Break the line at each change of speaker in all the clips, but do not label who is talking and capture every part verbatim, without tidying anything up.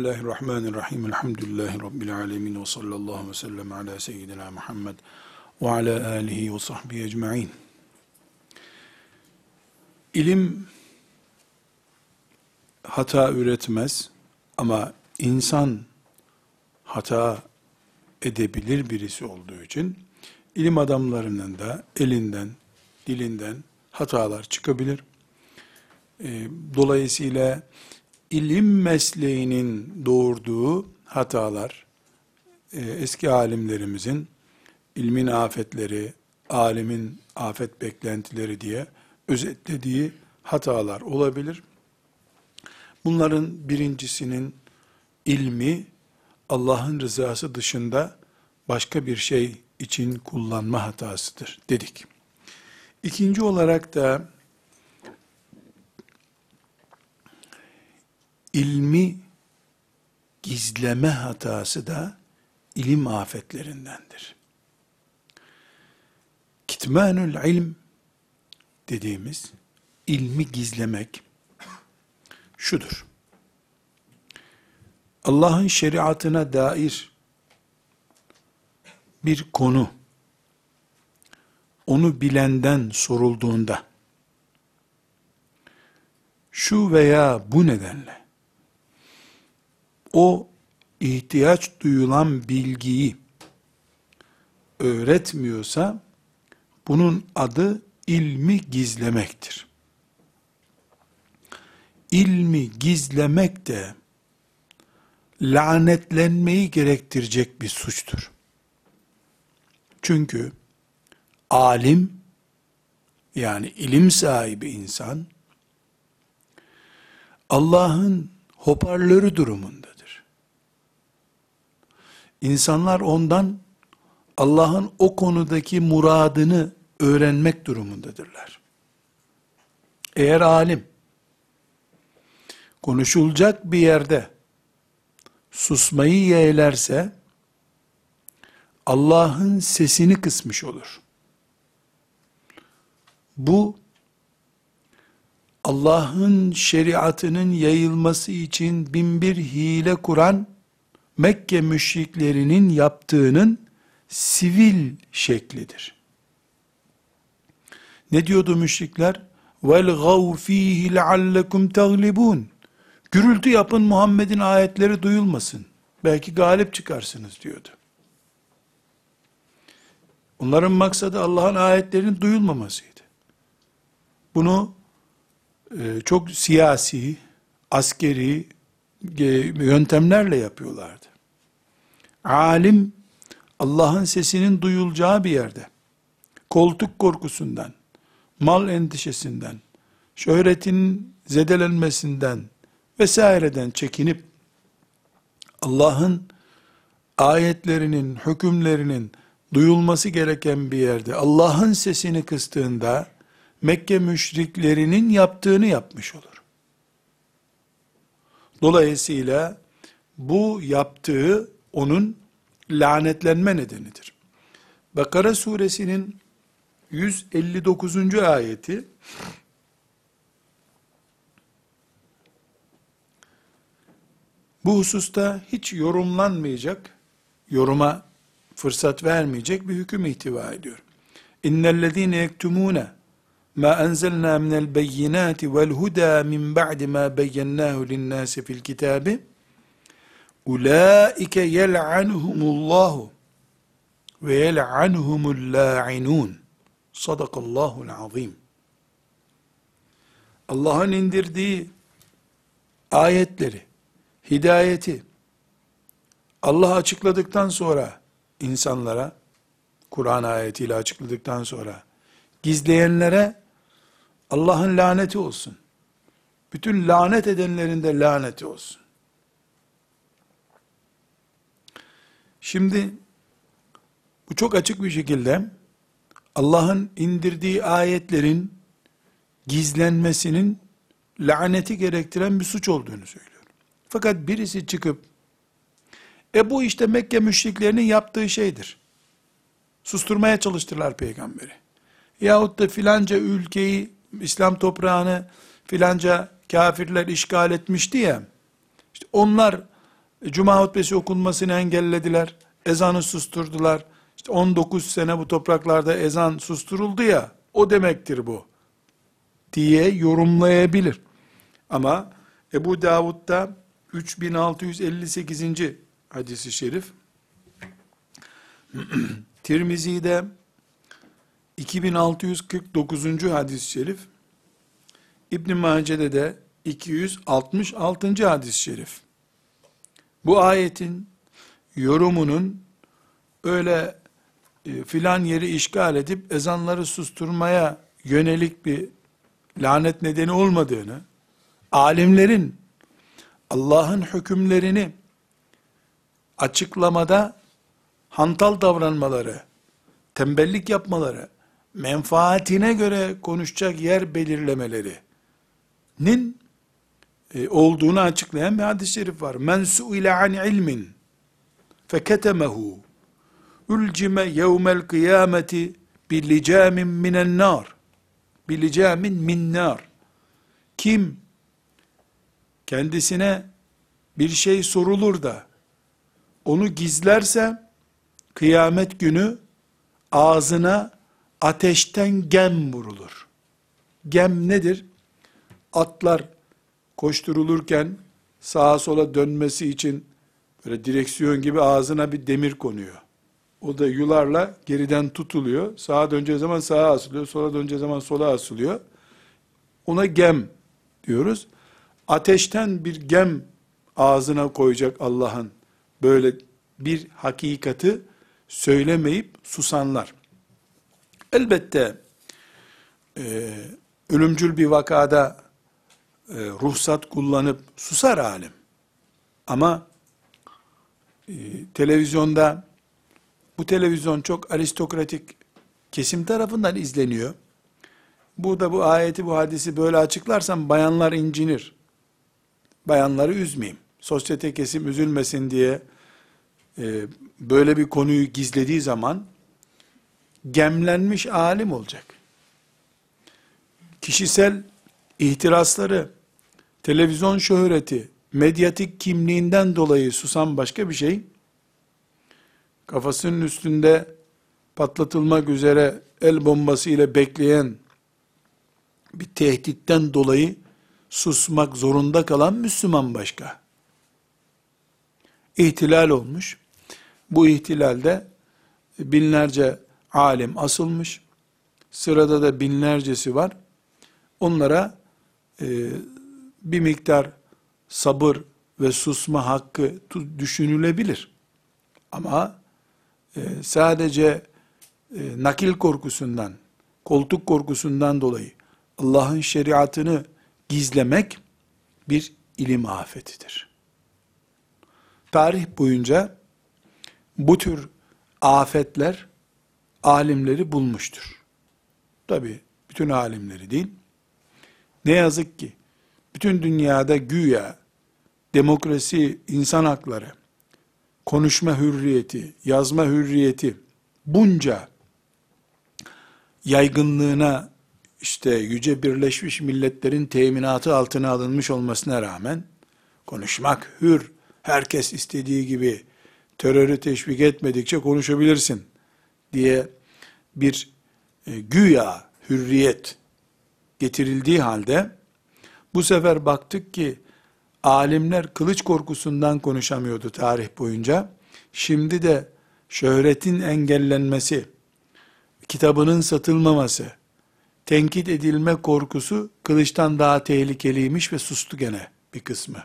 Bismillahirrahmanirrahim. Elhamdülillahi Rabbil alemin. Ve sallallahu ve sellem ala seyyidina Muhammed ve ala alihi ve sahbihi ecma'in. İlim hata üretmez ama insan hata edebilir birisi olduğu için ilim adamlarının da elinden, dilinden hatalar çıkabilir. Dolayısıyla ilim mesleğinin doğurduğu hatalar, eski alimlerimizin ilmin afetleri, alimin afet beklentileri diye özetlediği hatalar olabilir. Bunların birincisinin ilmi Allah'ın rızası dışında başka bir şey için kullanma hatasıdır dedik. İkinci olarak da ilmi gizleme hatası da ilim afetlerindendir. Kitmanul ilm dediğimiz ilmi gizlemek şudur. Allah'ın şeriatına dair bir konu onu bilenden sorulduğunda şu veya bu nedenle o ihtiyaç duyulan bilgiyi öğretmiyorsa bunun adı ilmi gizlemektir. İlmi gizlemek de lanetlenmeyi gerektirecek bir suçtur. Çünkü alim, yani ilim sahibi insan, Allah'ın hoparlörü durumundadır. İnsanlar ondan Allah'ın o konudaki muradını öğrenmek durumundadırlar. Eğer alim, konuşulacak bir yerde susmayı yeğlerse, Allah'ın sesini kısmış olur. Bu, Allah'ın şeriatının yayılması için binbir hile kuran Mekke müşriklerinin yaptığının sivil şeklidir. Ne diyordu müşrikler? وَالْغَوْ ف۪يهِ لَعَلَّكُمْ تَغْلِبُونَ Gürültü yapın, Muhammed'in ayetleri duyulmasın. Belki galip çıkarsınız diyordu. Onların maksadı Allah'ın ayetlerinin duyulmamasıydı. Bunu e, çok siyasi, askeri e, yöntemlerle yapıyorlardı. Alim, Allah'ın sesinin duyulacağı bir yerde, koltuk korkusundan, mal endişesinden, şöhretin zedelenmesinden vesaireden çekinip, Allah'ın ayetlerinin, hükümlerinin duyulması gereken bir yerde Allah'ın sesini kıstığında Mekke müşriklerinin yaptığını yapmış olur. Dolayısıyla bu yaptığı onun lanetlenme nedenidir. Bakara suresinin yüz elli dokuzuncu ayeti bu hususta hiç yorumlanmayacak, yoruma fırsat vermeyecek bir hüküm ihtiva ediyor. İnnellezîne yektumûne mâ enzelnâ minel beyinâti vel hudâ min ba'di mâ beyyennâhu linnâsi fil kitâbi ulâike yel'anhumullâhu ve yel'anhumul lâ'inûn. Sadakallâhul azîm. Allah'ın indirdiği ayetleri, hidayeti Allah açıkladıktan sonra insanlara, Kur'an ayetiyle açıkladıktan sonra gizleyenlere Allah'ın laneti olsun. Bütün lanet edenlerin de laneti olsun. Şimdi bu çok açık bir şekilde Allah'ın indirdiği ayetlerin gizlenmesinin laneti gerektiren bir suç olduğunu söylüyor. Fakat birisi çıkıp e bu işte Mekke müşriklerinin yaptığı şeydir. Susturmaya çalıştılar peygamberi. Yahut da filanca ülkeyi, İslam toprağını filanca kafirler işgal etmişti ya, işte onlar Cuma hutbesi okunmasını engellediler. Ezanı susturdular. İşte on dokuz sene bu topraklarda ezan susturuldu ya, o demektir bu diye yorumlayabilir. Ama Ebu Davud'da üç bin altı yüz elli sekizinci hadisi şerif, Tirmizi'de iki bin altı yüz kırk dokuzuncu hadis-i şerif, İbn Mace'de de iki yüz altmış altıncı hadis-i şerif. Bu ayetin yorumunun öyle e, filan yeri işgal edip ezanları susturmaya yönelik bir lanet nedeni olmadığını, alimlerin Allah'ın hükümlerini açıklamada hantal davranmaları, tembellik yapmaları, menfaatine göre konuşacak yer belirlemelerinin e, olduğunu açıklayan bir hadis-i şerif var. Men su'ile an ilmin feketemehu ulcime yevmel kıyameti bilicamin minen nar. Bilicamin min nar. Kim kendisine bir şey sorulur da onu gizlerse kıyamet günü ağzına ateşten gem vurulur. Gem nedir? Atlar koşturulurken sağa sola dönmesi için böyle direksiyon gibi ağzına bir demir konuyor. O da yularla geriden tutuluyor. Sağa döneceği zaman sağa asılıyor, sola döneceği zaman sola asılıyor. Ona gem diyoruz. Ateşten bir gem ağzına koyacak Allah'ın, böyle bir hakikati söylemeyip susanlar. Elbette e, ölümcül bir vakada e, ruhsat kullanıp susar alim. Ama e, televizyonda, bu televizyon çok aristokratik kesim tarafından izleniyor. Bu da bu ayeti, bu hadisi böyle açıklarsam bayanlar incinir. Bayanları üzmeyeyim. Sosyete kesim üzülmesin diye e, böyle bir konuyu gizlediği zaman gemlenmiş alim olacak. Kişisel ihtirasları, televizyon şöhreti, medyatik kimliğinden dolayı susan başka bir şey, kafasının üstünde patlatılmak üzere el bombası ile bekleyen bir tehditten dolayı susmak zorunda kalan Müslüman başka. İhtilal olmuş. Bu ihtilalde binlerce alim asılmış. Sırada da binlercesi var. Onlara e, bir miktar sabır ve susma hakkı düşünülebilir. Ama e, sadece e, nakil korkusundan, koltuk korkusundan dolayı Allah'ın şeriatını gizlemek bir ilim afetidir. Tarih boyunca bu tür afetler alimleri bulmuştur. Tabi bütün alimleri değil. Ne yazık ki bütün dünyada güya demokrasi, insan hakları, konuşma hürriyeti, yazma hürriyeti bunca yaygınlığına, işte Yüce Birleşmiş Milletler'in teminatı altına alınmış olmasına rağmen konuşmak hür, herkes istediği gibi terörü teşvik etmedikçe konuşabilirsin diye bir e, güya hürriyet getirildiği halde bu sefer baktık ki alimler kılıç korkusundan konuşamıyordu tarih boyunca. Şimdi de şöhretin engellenmesi, kitabının satılmaması, tenkit edilme korkusu kılıçtan daha tehlikeliymiş ve sustu gene bir kısmı.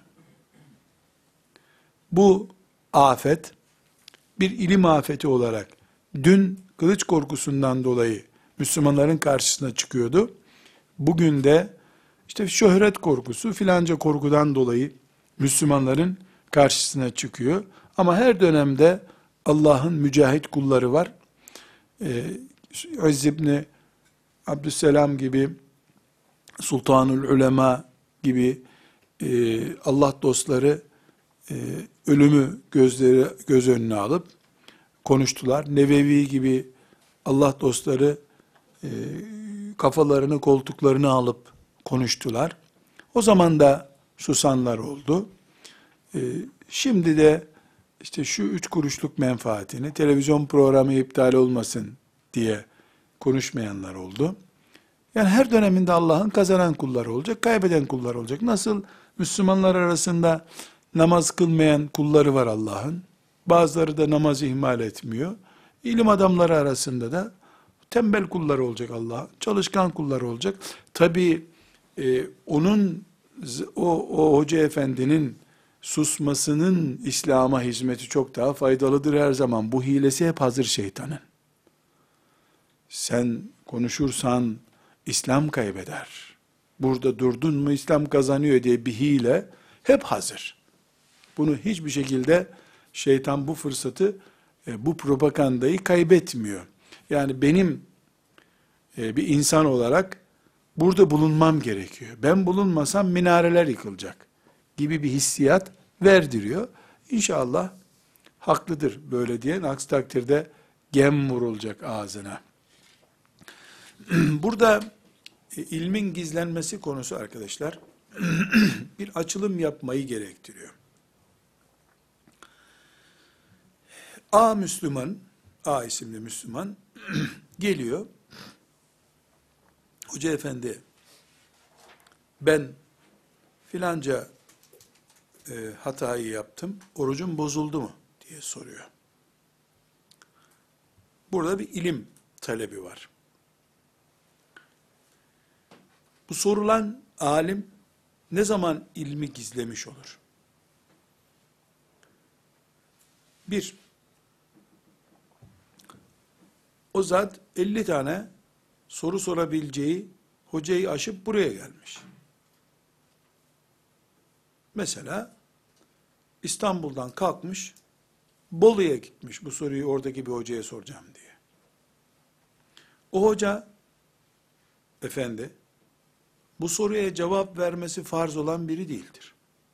Bu afet bir ilim afeti olarak dün kılıç korkusundan dolayı Müslümanların karşısına çıkıyordu. Bugün de işte şöhret korkusu filanca korkudan dolayı Müslümanların karşısına çıkıyor. Ama her dönemde Allah'ın mücahit kulları var. Ee, İzz İbni Abdüsselam gibi, Sultanul Ulema gibi e, Allah dostları e, ölümü gözleri göz önüne alıp konuştular. Nevevi gibi Allah dostları e, kafalarını, koltuklarını alıp konuştular. O zaman da susanlar oldu. E, Şimdi de işte şu üç kuruşluk menfaatini, televizyon programı iptal olmasın diye konuşmayanlar oldu. Yani her döneminde Allah'ın kazanan kulları olacak, kaybeden kulları olacak. Nasıl Müslümanlar arasında namaz kılmayan kulları var Allah'ın. Bazıları da namazı ihmal etmiyor. İlim adamları arasında da tembel kulları olacak Allah. Çalışkan kulları olacak. Tabii e, onun o, o hoca efendinin susmasının İslam'a hizmeti çok daha faydalıdır her zaman. Bu hilesi hep hazır şeytanın. Sen konuşursan İslam kaybeder. Burada durdun mu İslam kazanıyor diye bir hile hep hazır. Bunu hiçbir şekilde şeytan bu fırsatı, e, bu propagandayı kaybetmiyor. Yani benim e, bir insan olarak burada bulunmam gerekiyor. Ben bulunmasam minareler yıkılacak gibi bir hissiyat verdiriyor. İnşallah haklıdır böyle diyen, aksi takdirde gem vurulacak ağzına. Burada e, ilmin gizlenmesi konusu arkadaşlar bir açılım yapmayı gerektiriyor. A Müslüman, A isimli Müslüman geliyor. Hoca efendi, ben filanca e, hatayı yaptım, orucum bozuldu mu diye soruyor. Burada bir ilim talebi var. Bu sorulan alim ne zaman ilmi gizlemiş olur? Bir, o zat elli tane soru sorabileceği hocayı aşıp buraya gelmiş. Mesela İstanbul'dan kalkmış, Bolu'ya gitmiş bu soruyu oradaki bir hocaya soracağım diye. O hoca, efendi, bu soruya cevap vermesi farz olan biri değildir.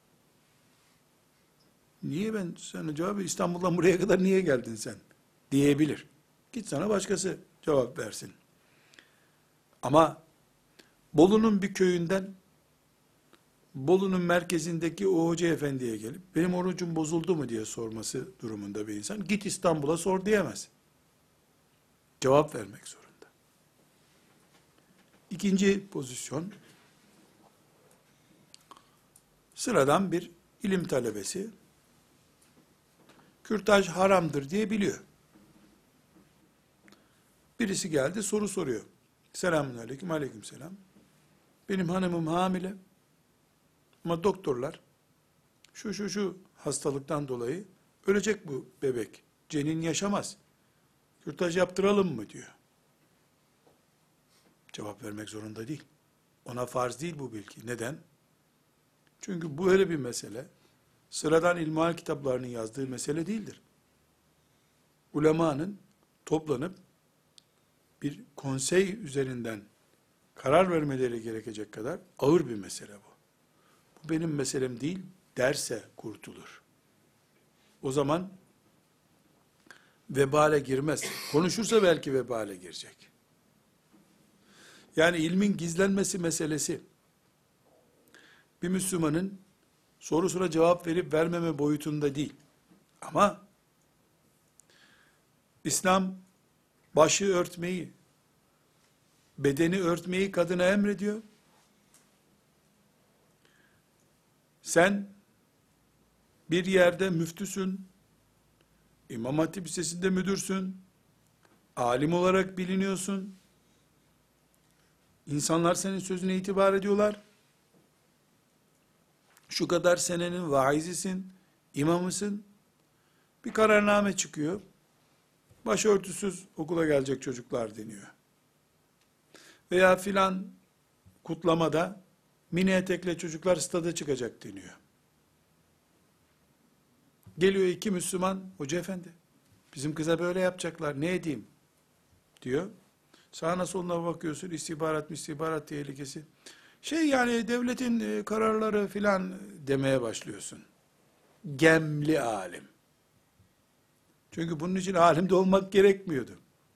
Niye ben sana cevabı İstanbul'dan buraya kadar niye geldin sen? Diyebilir. Git sana başkası cevap versin. Ama Bolu'nun bir köyünden Bolu'nun merkezindeki o hoca efendiye gelip benim orucum bozuldu mu diye sorması durumunda bir insan git İstanbul'a sor diyemez. Cevap vermek zorunda. İkinci pozisyon, sıradan bir ilim talebesi kürtaj haramdır diye biliyor. Birisi geldi soru soruyor. Selamun aleyküm, aleyküm selam. Benim hanımım hamile ama doktorlar şu şu şu hastalıktan dolayı ölecek bu bebek. Cenin yaşamaz. Kürtaj yaptıralım mı diyor. Cevap vermek zorunda değil. Ona farz değil bu bilgi. Neden? Çünkü bu öyle bir mesele. Sıradan ilmihal kitaplarının yazdığı mesele değildir. Ulemanın toplanıp bir konsey üzerinden karar vermeleri gerekecek kadar ağır bir mesele bu. Bu benim meselem değil derse kurtulur. O zaman vebale girmez. Konuşursa belki vebale girecek. Yani ilmin gizlenmesi meselesi bir Müslümanın sorusuna cevap verip vermeme boyutunda değil. Ama İslam başı örtmeyi, bedeni örtmeyi kadına emrediyor. Sen bir yerde müftüsün, İmam Hatip Lisesi'nde müdürsün, alim olarak biliniyorsun. İnsanlar senin sözüne itibar ediyorlar. Şu kadar senenin vaizisin, imamısın. Bir kararname çıkıyor. Başörtüsüz okula gelecek çocuklar deniyor. Veya filan kutlamada mini etekle çocuklar stada çıkacak deniyor. Geliyor iki Müslüman, hoca efendi, bizim kıza böyle yapacaklar, ne edeyim? Diyor. Sağına soluna bakıyorsun, istihbarat istihbarat tehlikesi. Şey yani devletin kararları filan demeye başlıyorsun. Gemli alim. Çünkü bunun için alim de olmak gerekmiyordu.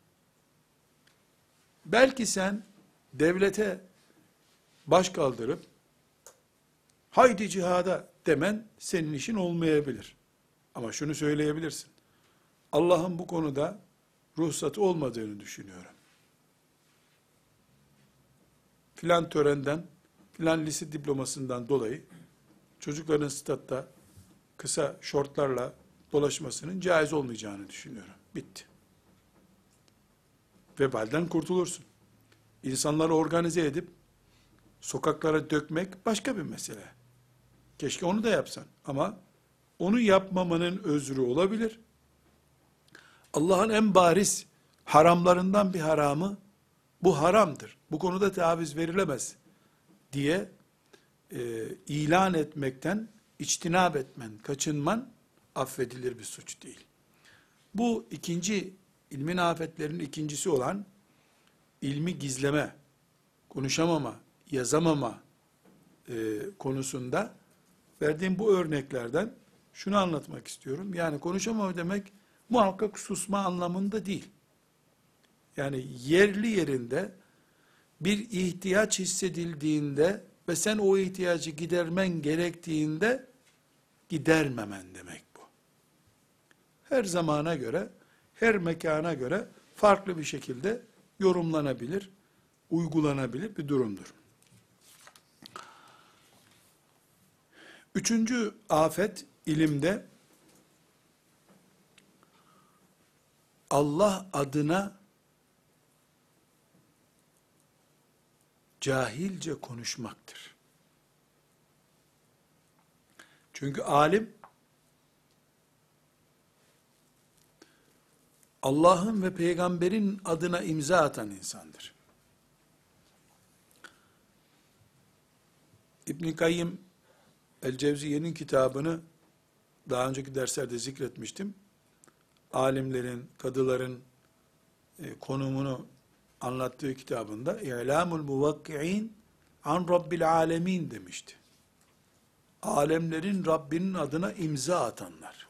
Belki sen devlete baş kaldırıp haydi cihada demen senin işin olmayabilir. Ama şunu söyleyebilirsin. Allah'ın bu konuda ruhsatı olmadığını düşünüyorum. Filan törenden, filan lise diplomasından dolayı çocukların statta kısa şortlarla dolaşmasının caiz olmayacağını düşünüyorum. Bitti. Vebalden kurtulursun. İnsanları organize edip sokaklara dökmek başka bir mesele. Keşke onu da yapsan. Ama onu yapmamanın özrü olabilir. Allah'ın en bariz haramlarından bir haramı, bu haramdır, bu konuda taviz verilemez diye e, ilan etmekten içtinab etmen, kaçınman affedilir bir suç değil. Bu ikinci, ilmin afetlerinin ikincisi olan ilmi gizleme, konuşamama, yazamama e, konusunda verdiğim bu örneklerden şunu anlatmak istiyorum. Yani konuşamama demek muhakkak susma anlamında değil. Yani yerli yerinde bir ihtiyaç hissedildiğinde ve sen o ihtiyacı gidermen gerektiğinde gidermemen demek bu. Her zamana göre, her mekana göre farklı bir şekilde yorumlanabilir, uygulanabilir bir durumdur. Üçüncü afet ilimde Allah adına cahilce konuşmaktır. Çünkü alim Allah'ın ve peygamberin adına imza atan insandır. İbn Kayyim El-Cevziye'nin kitabını daha önceki derslerde zikretmiştim. Alimlerin, kadıların e, konumunu anlattığı kitabında İ'lamul Muvakki'in an Rabbil Alemin demişti. Alemlerin Rabbinin adına imza atanlar.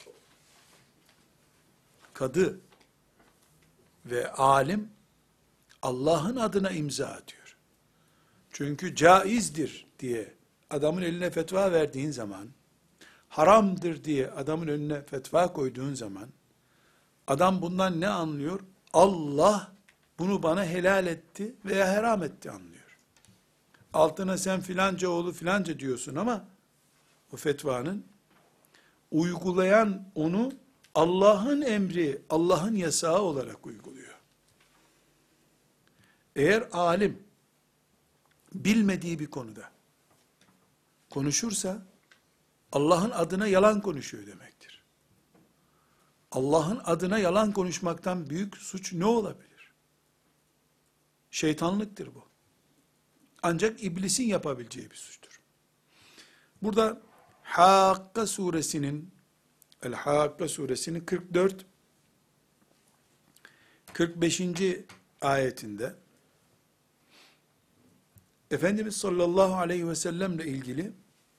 Kadı ve alim Allah'ın adına imza atıyor. Çünkü caizdir diye adamın eline fetva verdiğin zaman, haramdır diye adamın önüne fetva koyduğun zaman, adam bundan ne anlıyor? Allah bunu bana helal etti veya haram etti anlıyor. Altına sen filanca oğlu filanca diyorsun ama o fetvanın uygulayan onu Allah'ın emri, Allah'ın yasağı olarak uyguluyor. Eğer alim bilmediği bir konuda konuşursa Allah'ın adına yalan konuşuyor demektir. Allah'ın adına yalan konuşmaktan büyük suç ne olabilir? Şeytanlıktır bu. Ancak iblisin yapabileceği bir suçtur. Burada Hakka suresinin El-Hakka suresinin kırk dört kırk beşinci ayetinde Efendimiz sallallahu aleyhi ve sellemle ilgili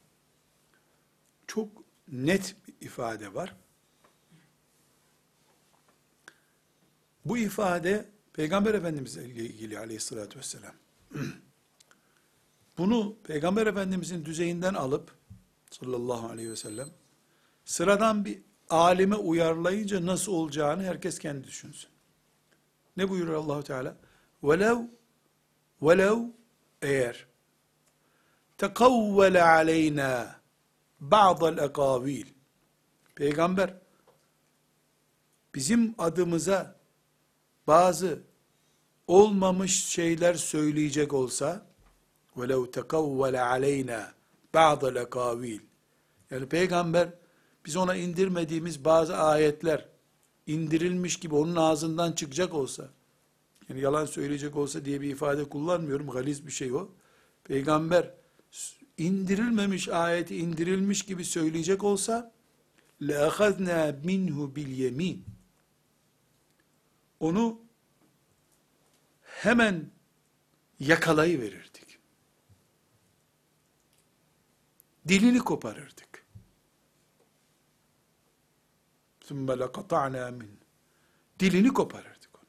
çok net bir ifade var. Bu ifade Peygamber Efendimizle ilgili aleyhissalatü vesselam. Bunu Peygamber Efendimizin düzeyinden alıp sallallahu aleyhi ve sellem sıradan bir alime uyarlayınca nasıl olacağını herkes kendi düşünsün. Ne buyuruyor Allahu Teala? Velev velev eğer tekavvele aleyna ba'dal ekavil Peygamber bizim adımıza bazı olmamış şeyler söyleyecek olsa velev tekavvele aleyna ba'dal ekavil yani Peygamber biz ona indirmediğimiz bazı ayetler indirilmiş gibi onun ağzından çıkacak olsa, yani yalan söyleyecek olsa diye bir ifade kullanmıyorum, galiz bir şey o. Peygamber indirilmemiş ayeti indirilmiş gibi söyleyecek olsa, لَأَخَذْنَا مِنْهُ بِالْيَمِينَ onu hemen yakalayıverirdik. Dilini koparırdık. ثُمَّ لَقَطَعْنَا مِنْ dilini koparırdık onu.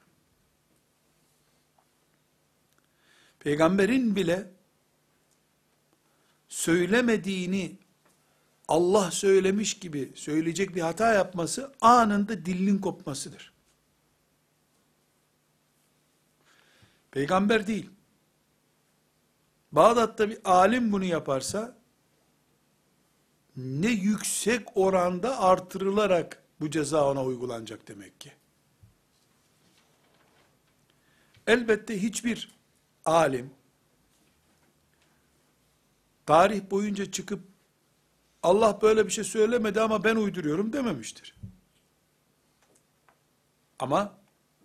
Peygamberin bile söylemediğini Allah söylemiş gibi söyleyecek bir hata yapması anında dilinin kopmasıdır. Peygamber değil. Bağdat'ta bir alim bunu yaparsa ne yüksek oranda artırılarak bu ceza ona uygulanacak demek ki. Elbette hiçbir alim tarih boyunca çıkıp Allah böyle bir şey söylemedi ama ben uyduruyorum dememiştir. Ama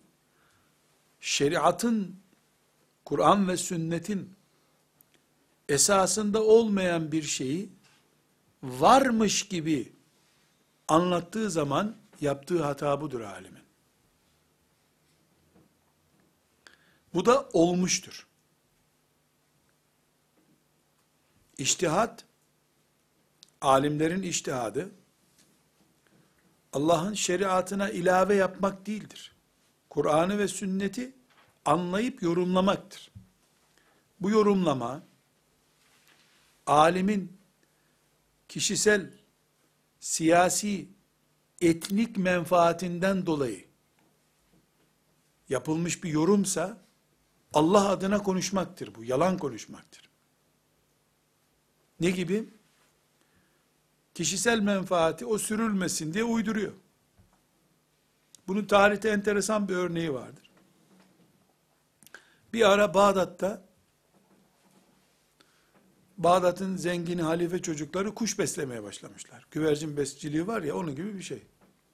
şeriatın, Kur'an ve sünnetin esasında olmayan bir şeyi varmış gibi anlattığı zaman yaptığı hata budur alimin. Bu da olmuştur. İçtihat, alimlerin içtihadı, Allah'ın şeriatına ilave yapmak değildir. Kur'an'ı ve sünneti anlayıp yorumlamaktır. Bu yorumlama, alimin kişisel, siyasi, etnik menfaatinden dolayı yapılmış bir yorumsa, Allah adına konuşmaktır bu, yalan konuşmaktır. Ne gibi? Kişisel menfaati o sürülmesin diye uyduruyor. Bunun tarihte enteresan bir örneği vardır. Bir ara Bağdat'ta, Bağdat'ın zengin halife çocukları kuş beslemeye başlamışlar. Güvercin besiciliği var ya, onun gibi bir şey.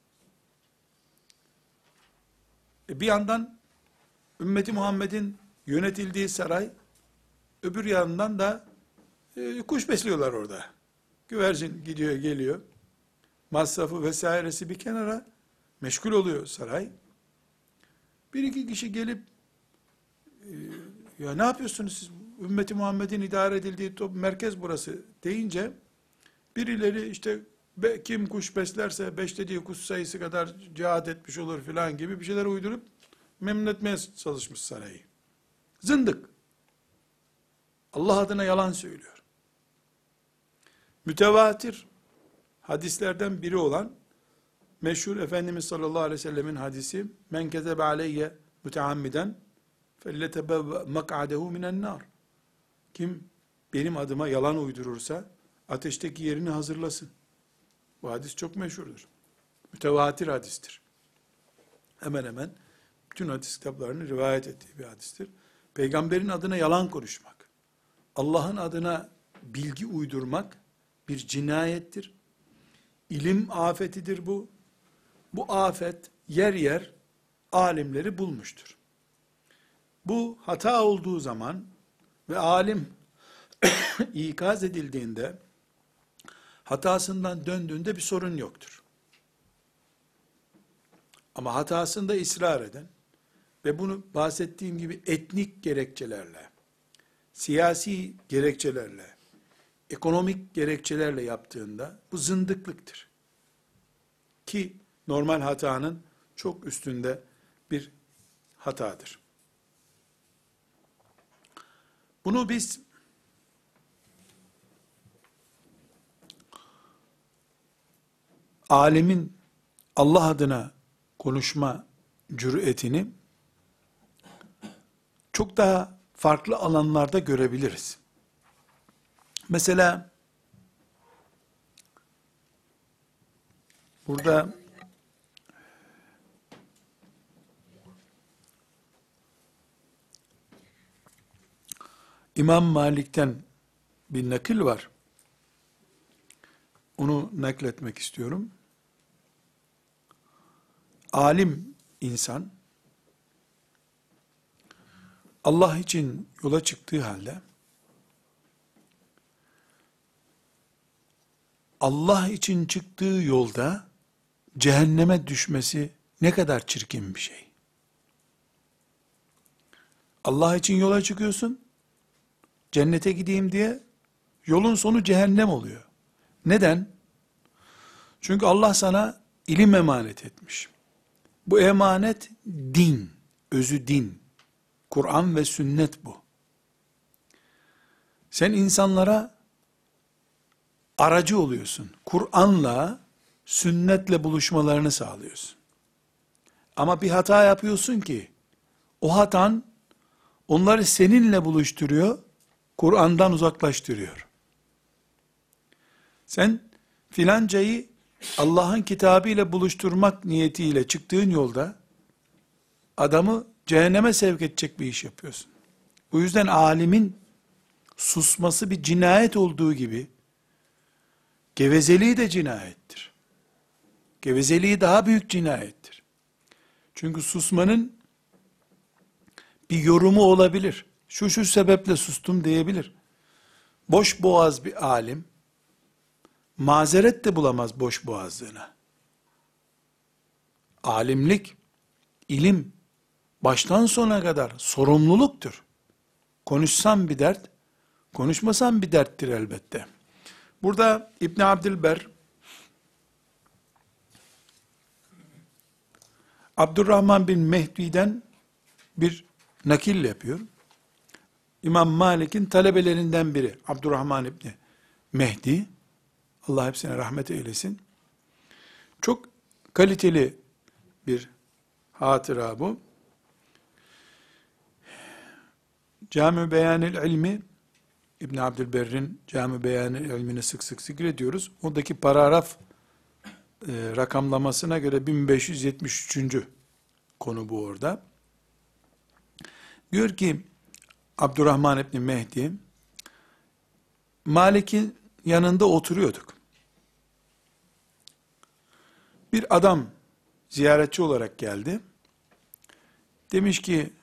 E bir yandan ümmeti Muhammed'in yönetildiği saray, öbür yandan da e, kuş besliyorlar orada. Güvercin gidiyor geliyor. Masrafı vesairesi bir kenara, meşgul oluyor saray. Bir iki kişi gelip e, ya ne yapıyorsunuz siz? Ümmeti Muhammed'in idare edildiği top, merkez burası deyince birileri işte be, kim kuş beslerse beslediği kuş sayısı kadar cihat etmiş olur filan gibi bir şeyler uydurup memnun etmeye çalışmış sarayı. Zındık. Allah adına yalan söylüyor. Mütevatir hadislerden biri olan meşhur Efendimiz sallallahu aleyhi ve sellemin hadisi, men kezebe aleyye müteammiden felletebevve mak'adehu minen nar. Kim benim adıma yalan uydurursa ateşteki yerini hazırlasın. Bu hadis çok meşhurdur. Mütevatir hadistir. Hemen hemen bütün hadis kitaplarının rivayet ettiği bir hadistir. Peygamberin adına yalan konuşmak, Allah'ın adına bilgi uydurmak bir cinayettir. İlim afetidir bu. Bu afet yer yer alimleri bulmuştur. Bu hata olduğu zaman ve alim ikaz edildiğinde, hatasından döndüğünde bir sorun yoktur. Ama hatasında ısrar eden ve bunu bahsettiğim gibi etnik gerekçelerle, siyasi gerekçelerle, ekonomik gerekçelerle yaptığında bu zındıklıktır. Ki normal hatanın çok üstünde bir hatadır. Bunu biz alemin Allah adına konuşma cüretini çok daha farklı alanlarda görebiliriz. Mesela burada İmam Malik'ten bir nakil var. Onu nakletmek istiyorum. Alim insan Allah için yola çıktığı halde Allah için çıktığı yolda cehenneme düşmesi ne kadar çirkin bir şey. Allah için yola çıkıyorsun, cennete gideyim diye yolun sonu cehennem oluyor. Neden? Çünkü Allah sana ilim emanet etmiş. Bu emanet din, özü din. Kur'an ve sünnet bu. Sen insanlara aracı oluyorsun. Kur'an'la, sünnetle buluşmalarını sağlıyorsun. Ama bir hata yapıyorsun ki, o hatan onları seninle buluşturuyor, Kur'an'dan uzaklaştırıyor. Sen filancayı Allah'ın kitabı ile buluşturmak niyetiyle çıktığın yolda, adamı cehenneme sevk edecek bir iş yapıyorsun. Bu yüzden alimin susması bir cinayet olduğu gibi, gevezeliği de cinayettir. Gevezeliği daha büyük cinayettir. Çünkü susmanın bir yorumu olabilir. Şu şu sebeple sustum diyebilir. Boş boğaz bir alim, mazeret de bulamaz boş boğazlığına. Alimlik, ilim, baştan sona kadar sorumluluktur. Konuşsam bir dert, konuşmasam bir derttir elbette. Burada İbn Abdülber, Abdurrahman bin Mehdi'den bir nakil yapıyor. İmam Malik'in talebelerinden biri, Abdurrahman İbni Mehdi, Allah hepsine rahmet eylesin. Çok kaliteli bir hatıra bu. Cami-i Beyanil İlmi, İbn Abdülberr'in Cami-i Beyanil İlmi'ni sık sık zikrediyoruz. Oradaki paragraf e, rakamlamasına göre bin beş yüz yetmiş üçüncü konu bu orada. Diyor ki Abdurrahman İbni Mehdi, Malik'in yanında oturuyorduk. Bir adam ziyaretçi olarak geldi. Demiş ki,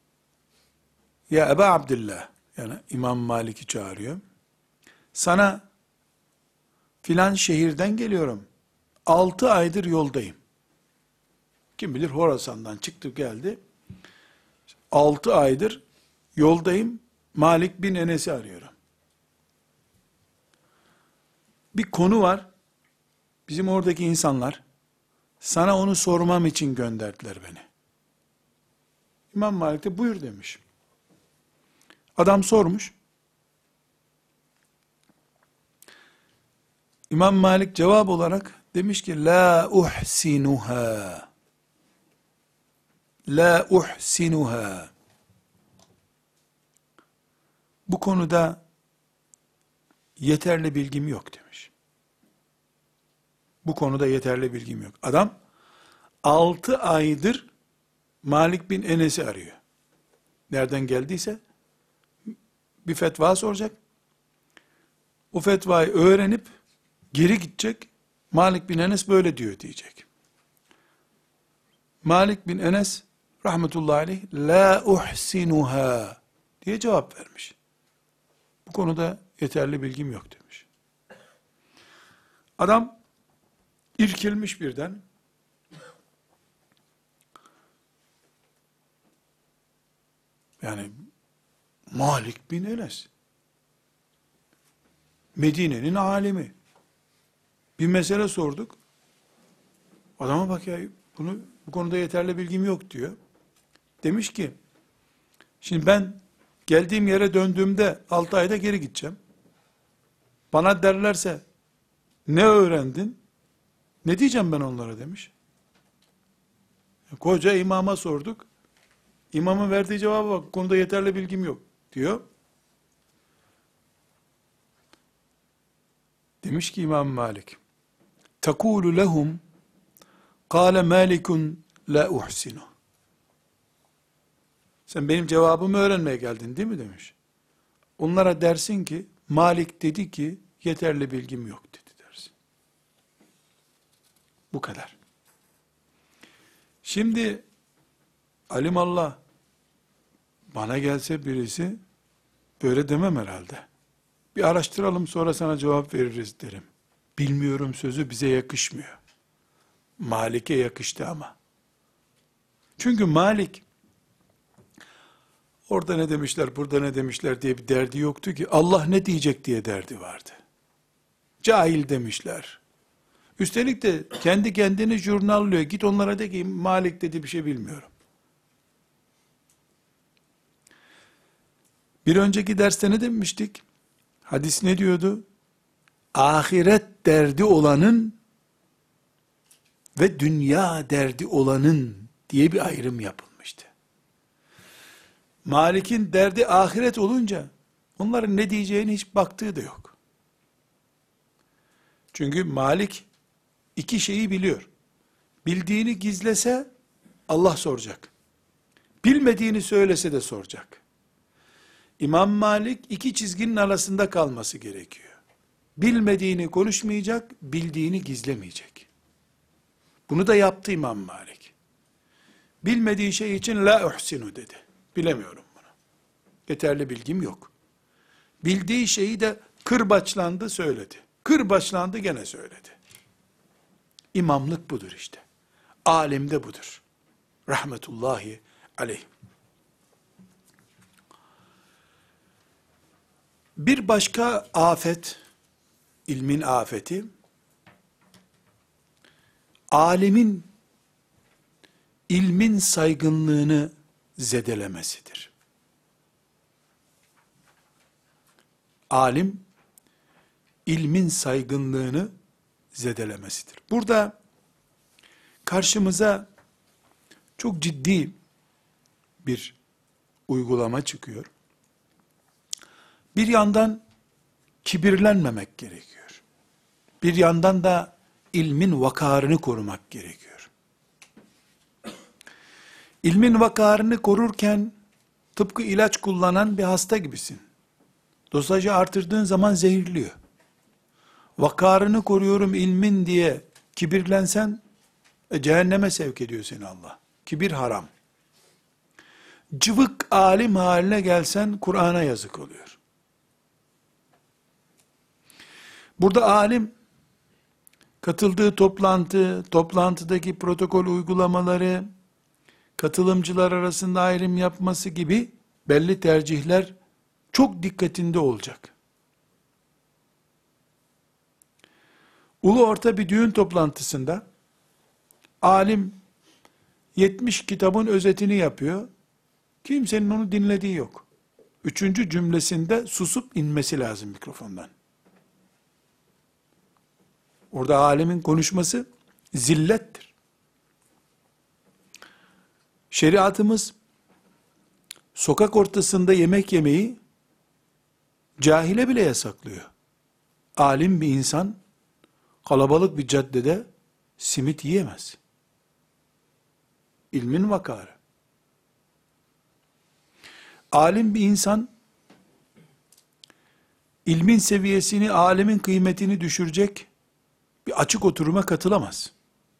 ya Ebu Abdillah, yani İmam Malik'i çağırıyor. Sana filan şehirden geliyorum. Altı aydır yoldayım. Kim bilir Horasan'dan çıktı geldi. Altı aydır yoldayım. Malik bin Enes'i arıyorum. Bir konu var. Bizim oradaki insanlar sana onu sormam için gönderdiler beni. İmam Malik de buyur demiş. Adam sormuş. İmam Malik cevap olarak demiş ki la uhsinuha. La uhsinuha. Bu konuda yeterli bilgim yok demiş. Bu konuda yeterli bilgim yok. Adam altı aydır Malik bin Enes'i arıyor. Nereden geldiyse bir fetva soracak. O fetvayı öğrenip geri gidecek. Malik bin Enes böyle diyor diyecek. Malik bin Enes rahmetullahi aleyh la uhsinuha diye cevap vermiş. Bu konuda yeterli bilgim yok demiş. Adam irkilmiş birden. Yani Malik bin Enes Medine'nin alimi. Bir mesele sorduk. Adama bak ya, bunu bu konuda yeterli bilgim yok diyor. Demiş ki, şimdi ben geldiğim yere döndüğümde altı ayda geri gideceğim. Bana derlerse ne öğrendin? Ne diyeceğim ben onlara demiş. Koca imama sorduk. İmamın verdiği cevaba bak, bu konuda yeterli bilgim yok diyor. Demiş ki İmam Malik, tekulu lehum kâle Malikun la uhsinu. Sen benim cevabımı öğrenmeye geldin değil mi demiş. Onlara dersin ki Malik dedi ki yeterli bilgim yok dedi dersin. Bu kadar. Şimdi alimallah bana gelse birisi böyle demem herhalde. Bir araştıralım sonra sana cevap veririz derim. Bilmiyorum sözü bize yakışmıyor. Malik'e yakıştı ama. Çünkü Malik orada ne demişler, burada ne demişler diye bir derdi yoktu ki. Allah ne diyecek diye derdi vardı. Cahil demişler. Üstelik de kendi kendini jurnallıyor. Git onlara de ki Malik dedi bir şey bilmiyorum. Bir önceki derste ne demiştik? Hadis ne diyordu? ahiret derdi olanın ve dünya derdi olanın diye bir ayrım yapılmıştı. Malik'in derdi ahiret olunca onların ne diyeceğini hiç baktığı da yok. Çünkü Malik iki şeyi biliyor. Bildiğini gizlese Allah soracak. Bilmediğini söylese de soracak. İmam Malik iki çizginin arasında kalması gerekiyor. Bilmediğini konuşmayacak, bildiğini gizlemeyecek. Bunu da yaptı İmam Malik. Bilmediği şey için la uhsinu dedi. Bilemiyorum bunu. Yeterli bilgim yok. Bildiği şeyi de kırbaçlandı söyledi. Kırbaçlandı gene söyledi. İmamlık budur işte. Alim de budur. Rahmetullahi aleyh. Bir başka afet, ilmin afeti, alimin ilmin saygınlığını zedelemesidir. Alim, ilmin saygınlığını zedelemesidir. Burada karşımıza çok ciddi bir uygulama çıkıyor. Bir yandan kibirlenmemek gerekiyor. Bir yandan da ilmin vakarını korumak gerekiyor. İlmin vakarını korurken tıpkı ilaç kullanan bir hasta gibisin. Dozajı artırdığın zaman zehirliyor. Vakarını koruyorum ilmin diye kibirlensen e, cehenneme sevk ediyor seni Allah. Kibir haram. Cıvık alim haline gelsen Kur'an'a yazık oluyor. Burada alim katıldığı toplantı, toplantıdaki protokol uygulamaları, katılımcılar arasında ayrım yapması gibi belli tercihler çok dikkatinde olacak. Ulu orta bir düğün toplantısında alim yetmiş kitabın özetini yapıyor. Kimsenin onu dinlediği yok. Üçüncü cümlesinde susup inmesi lazım mikrofondan. Orada alimin konuşması zillettir. Şeriatımız sokak ortasında yemek yemeyi cahile bile yasaklıyor. Alim bir insan kalabalık bir caddede simit yiyemez. İlmin vakarı. Alim bir insan ilmin seviyesini, alimin kıymetini düşürecek bir açık oturuma katılamaz.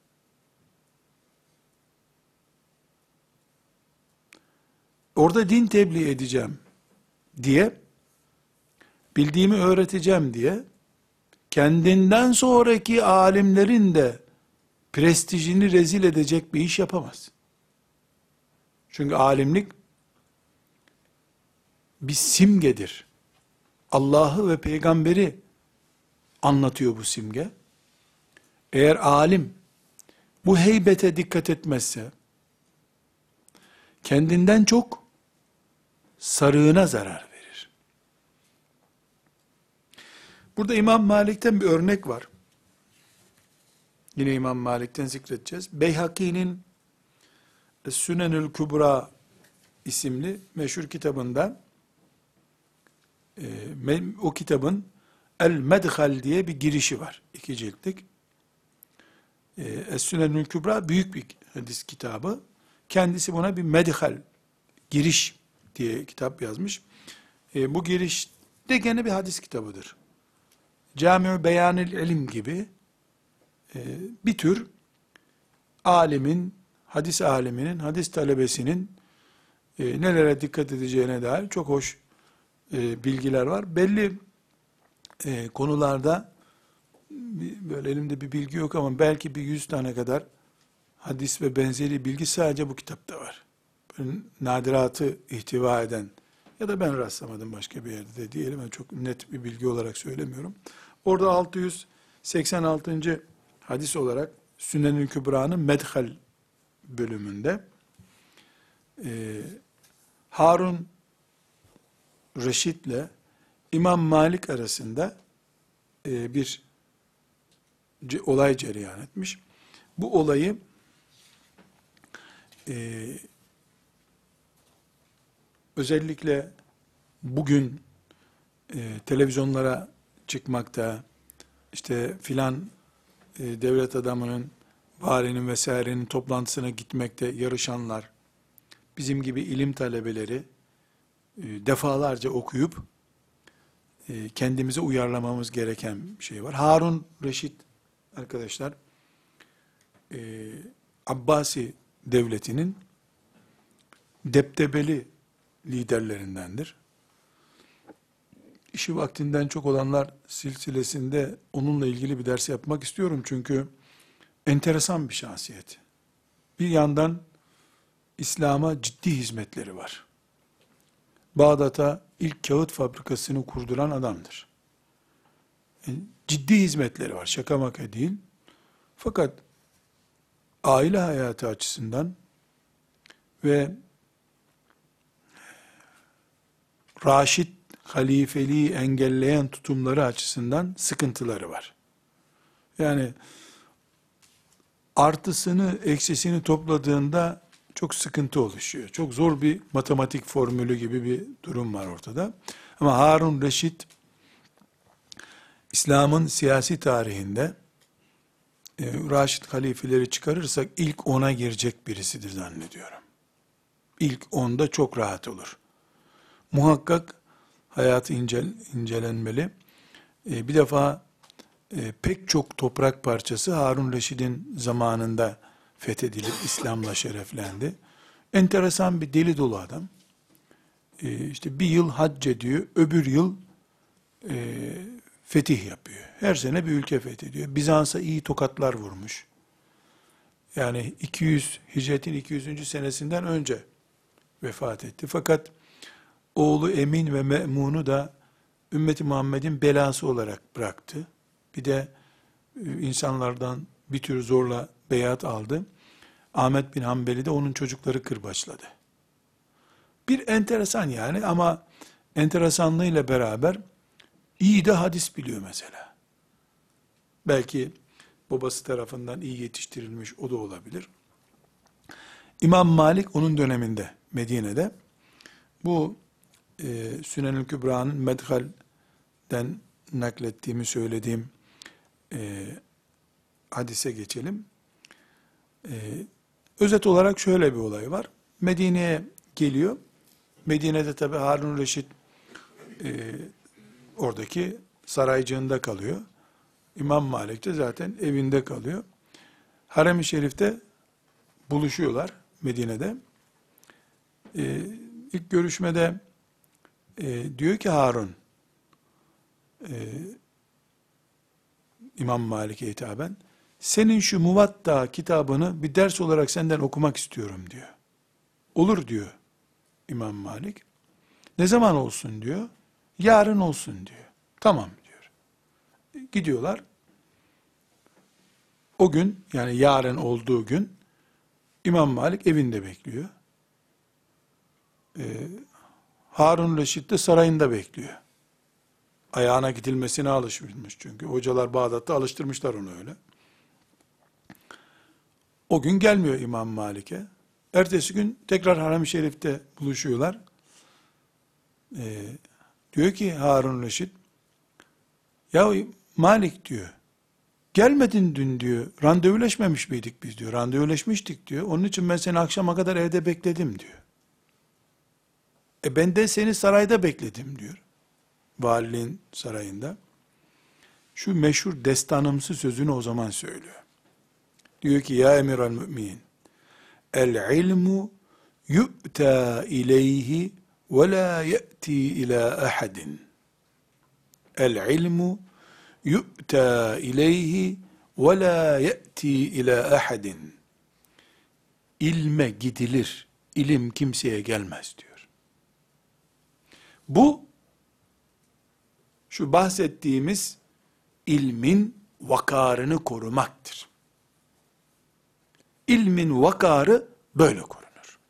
Orada din tebliğ edeceğim diye, bildiğimi öğreteceğim diye, kendinden sonraki alimlerin de prestijini rezil edecek bir iş yapamaz. Çünkü alimlik bir simgedir. Allah'ı ve peygamberi anlatıyor bu simge. Eğer alim bu heybete dikkat etmezse, kendinden çok sarığına zarar verir. Burada İmam Malik'ten bir örnek var. Yine İmam Malik'ten zikredeceğiz. Beyhaki'nin Sünenül Kübra isimli meşhur kitabında e, o kitabın El Medhal diye bir girişi var. İki ciltlik. Es-Sünenül Kübra büyük bir hadis kitabı. Kendisi buna bir medhal, giriş diye kitap yazmış. E, bu giriş de gene bir hadis kitabıdır. Cami-ü Beyanil İlim gibi e, bir tür alimin, hadis aliminin, hadis talebesinin e, nelere dikkat edeceğine dair çok hoş e, bilgiler var. Belli e, konularda böyle elimde bir bilgi yok ama belki bir yüz tane kadar hadis ve benzeri bilgi sadece bu kitapta var. Böyle nadiratı ihtiva eden ya da ben rastlamadım başka bir yerde de diyelim. Yani çok net bir bilgi olarak söylemiyorum. Orada altı yüz seksen altıncı hadis olarak Sünen-i Kübra'nın Medhal bölümünde e, Harun Reşit'le İmam Malik arasında e, bir ce- olay cereyan etmiş. Bu olayı e, özellikle bugün e, televizyonlara çıkmakta, işte filan e, devlet adamının, valinin vesairenin toplantısına gitmekte yarışanlar, bizim gibi ilim talebeleri e, defalarca okuyup e, kendimize uyarlamamız gereken bir şey var. Harun Reşit arkadaşlar, e, Abbasi devletinin deptebeli liderlerindendir. İşi vaktinden çok olanlar silsilesinde onunla ilgili bir ders yapmak istiyorum. Çünkü enteresan bir şahsiyet. Bir yandan İslam'a ciddi hizmetleri var. Bağdat'a ilk kağıt fabrikasını kurduran adamdır. Yani ciddi hizmetleri var, şaka maka değil. Fakat aile hayatı açısından ve Raşid halifeliği engelleyen tutumları açısından sıkıntıları var. Yani artısını, eksisini topladığında çok sıkıntı oluşuyor. Çok zor bir matematik formülü gibi bir durum var ortada. Ama Harun Reşit, İslam'ın siyasi tarihinde e, Raşid halifeleri çıkarırsak ilk ona girecek birisidir zannediyorum. İlk onda çok rahat olur. Muhakkak hayatı incel, incelenmeli. E, bir defa e, pek çok toprak parçası Harun Reşid'in zamanında fethedilip İslam'la şereflendi. Enteresan bir deli dolu adam. E, işte bir yıl hac ediyor, öbür yıl e, fetih yapıyor. Her sene bir ülke fethediyor. Bizans'a iyi tokatlar vurmuş. Yani iki yüz Hicret'in iki yüzüncü senesinden önce vefat etti. Fakat oğlu Emin ve Me'mun'u da ümmeti Muhammed'in belası olarak bıraktı. Bir de insanlardan bir tür zorla beyat aldı. Ahmet bin Hanbel'i de onun çocukları kırbaçladı. Bir enteresan yani, ama enteresanlığıyla beraber iyi de hadis biliyor mesela. Belki babası tarafından iyi yetiştirilmiş, o da olabilir. İmam Malik onun döneminde Medine'de bu e, Sünen-ül Kübra'nın Medhal'den naklettiğimi söylediğim e, hadise geçelim. E, özet olarak şöyle bir olay var. Medine'ye geliyor. Medine'de tabi Harun Reşit e, oradaki saraycığında kalıyor. İmam Malik de zaten evinde kalıyor. Harem-i Şerif'te buluşuyorlar Medine'de. E, ilk görüşmede e, diyor ki Harun, e, İmam Malik'e hitaben, senin şu Muvatta kitabını bir ders olarak senden okumak istiyorum diyor. Olur diyor İmam Malik. Ne zaman olsun diyor. Yarın olsun diyor. Tamam diyor. Gidiyorlar. O gün, yani yarın olduğu gün İmam Malik evinde bekliyor. Ee, Harun Reşit de sarayında bekliyor. Ayağına gidilmesine alışmış çünkü. Hocalar Bağdat'ta alıştırmışlar onu öyle. O gün gelmiyor İmam Malik'e. Ertesi gün tekrar Harem-i Şerif'te buluşuyorlar. Ee, diyor ki Harun Reşit, ya Malik diyor, gelmedin dün diyor, randevuleşmemiş miydik biz diyor, randevuleşmiştik diyor, onun için ben seni akşama kadar evde bekledim diyor. E ben de seni sarayda bekledim diyor, valiliğin sarayında. Şu meşhur destanımsı sözünü o zaman söylüyor. Diyor ki, ya emiral müminin, el ilmu yu'ta ileyhi ve la ye'ti ila ahadin. El ilmu yu'ta ileyhi ve la ye'ti ila ahadin. İlme gidilir, ilim kimseye gelmez diyor. Bu, şu bahsettiğimiz ilmin vakarını korumaktır. İlmin vakarı böyle korunur.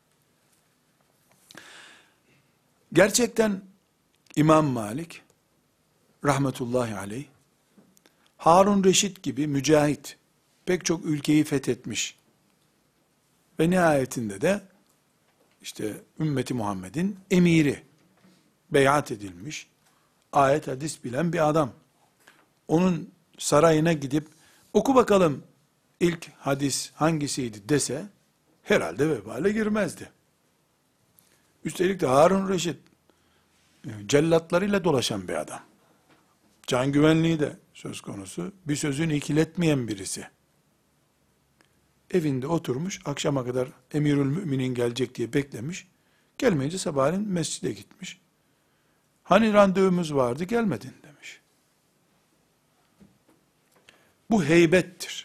Gerçekten İmam Malik rahmetullahi aleyh Harun Reşit gibi mücahit, pek çok ülkeyi fethetmiş ve nihayetinde de işte ümmeti Muhammed'in emiri, beyat edilmiş, ayet hadis bilen bir adam. Onun sarayına gidip oku bakalım ilk hadis hangisiydi dese herhalde vebale girmezdi. Üstelik de Harun Reşit cellatlarıyla dolaşan bir adam. Can güvenliği de söz konusu. Bir sözünü ikiletmeyen birisi. Evinde oturmuş, akşama kadar Emirül Müminin gelecek diye beklemiş. Gelmeyince sabahleyin mescide gitmiş. Hani randevumuz vardı, gelmedin demiş. Bu heybettir.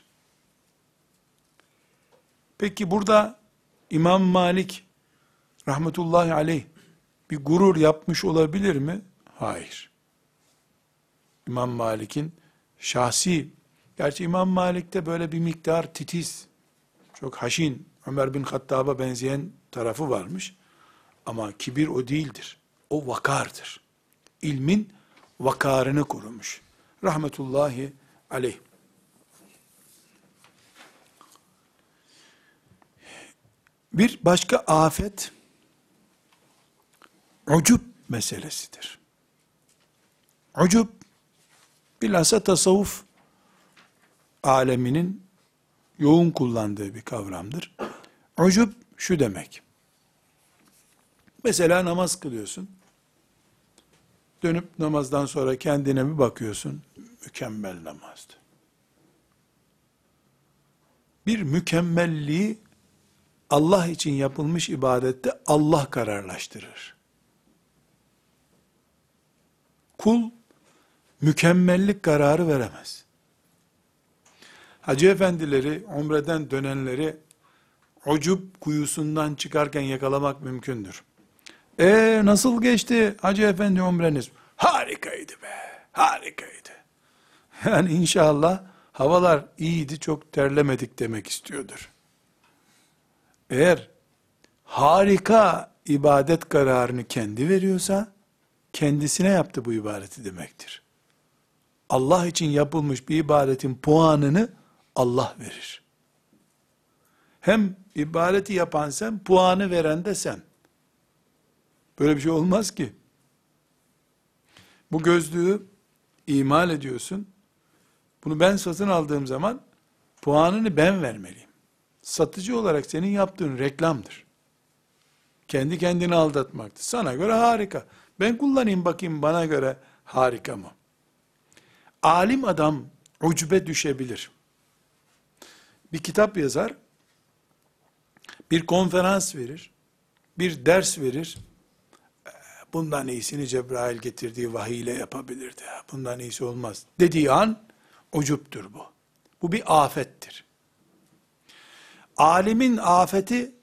Peki burada İmam Malik rahmetullahi aleyh bir gurur yapmış olabilir mi? Hayır. İmam Malik'in şahsi, gerçi İmam Malik'te böyle bir miktar titiz, çok haşin, Ömer bin Hattab'a benzeyen tarafı varmış. Ama kibir o değildir. O vakardır. İlmin vakarını korumuş. Rahmetullahi aleyh. Bir başka afet, ucub meselesidir. Ucub, bilhassa tasavvuf aleminin yoğun kullandığı bir kavramdır. Ucub şu demek. Mesela namaz kılıyorsun. Dönüp namazdan sonra kendine bir bakıyorsun. Mükemmel namazdı. Bir mükemmelliği Allah için yapılmış ibadette Allah kararlaştırır. Kul mükemmellik kararı veremez. Hacı efendileri, umreden dönenleri ucub kuyusundan çıkarken yakalamak mümkündür. E nasıl geçti Hacı efendi umreniz? Harikaydı be, harikaydı. Yani inşallah havalar iyiydi, çok terlemedik demek istiyordur. Eğer harika ibadet kararını kendi veriyorsa, kendisine yaptı bu ibadeti demektir. Allah için yapılmış bir ibadetin puanını Allah verir. Hem ibadeti yapan sen, puanı veren de sen. Böyle bir şey olmaz ki. Bu gözlüğü imal ediyorsun. Bunu ben satın aldığım zaman puanını ben vermeliyim. Satıcı olarak senin yaptığın reklamdır. Kendi kendini aldatmaktır. Sana göre harika. Ben kullanayım bakayım bana göre harika mı? Alim adam ucube düşebilir. Bir kitap yazar, bir konferans verir, bir ders verir. Bundan iyisini Cebrail getirdiği vahiy ile yapabilirdi. Bundan iyisi olmaz dediği an ucuptur bu. Bu bir afettir. Alimin afeti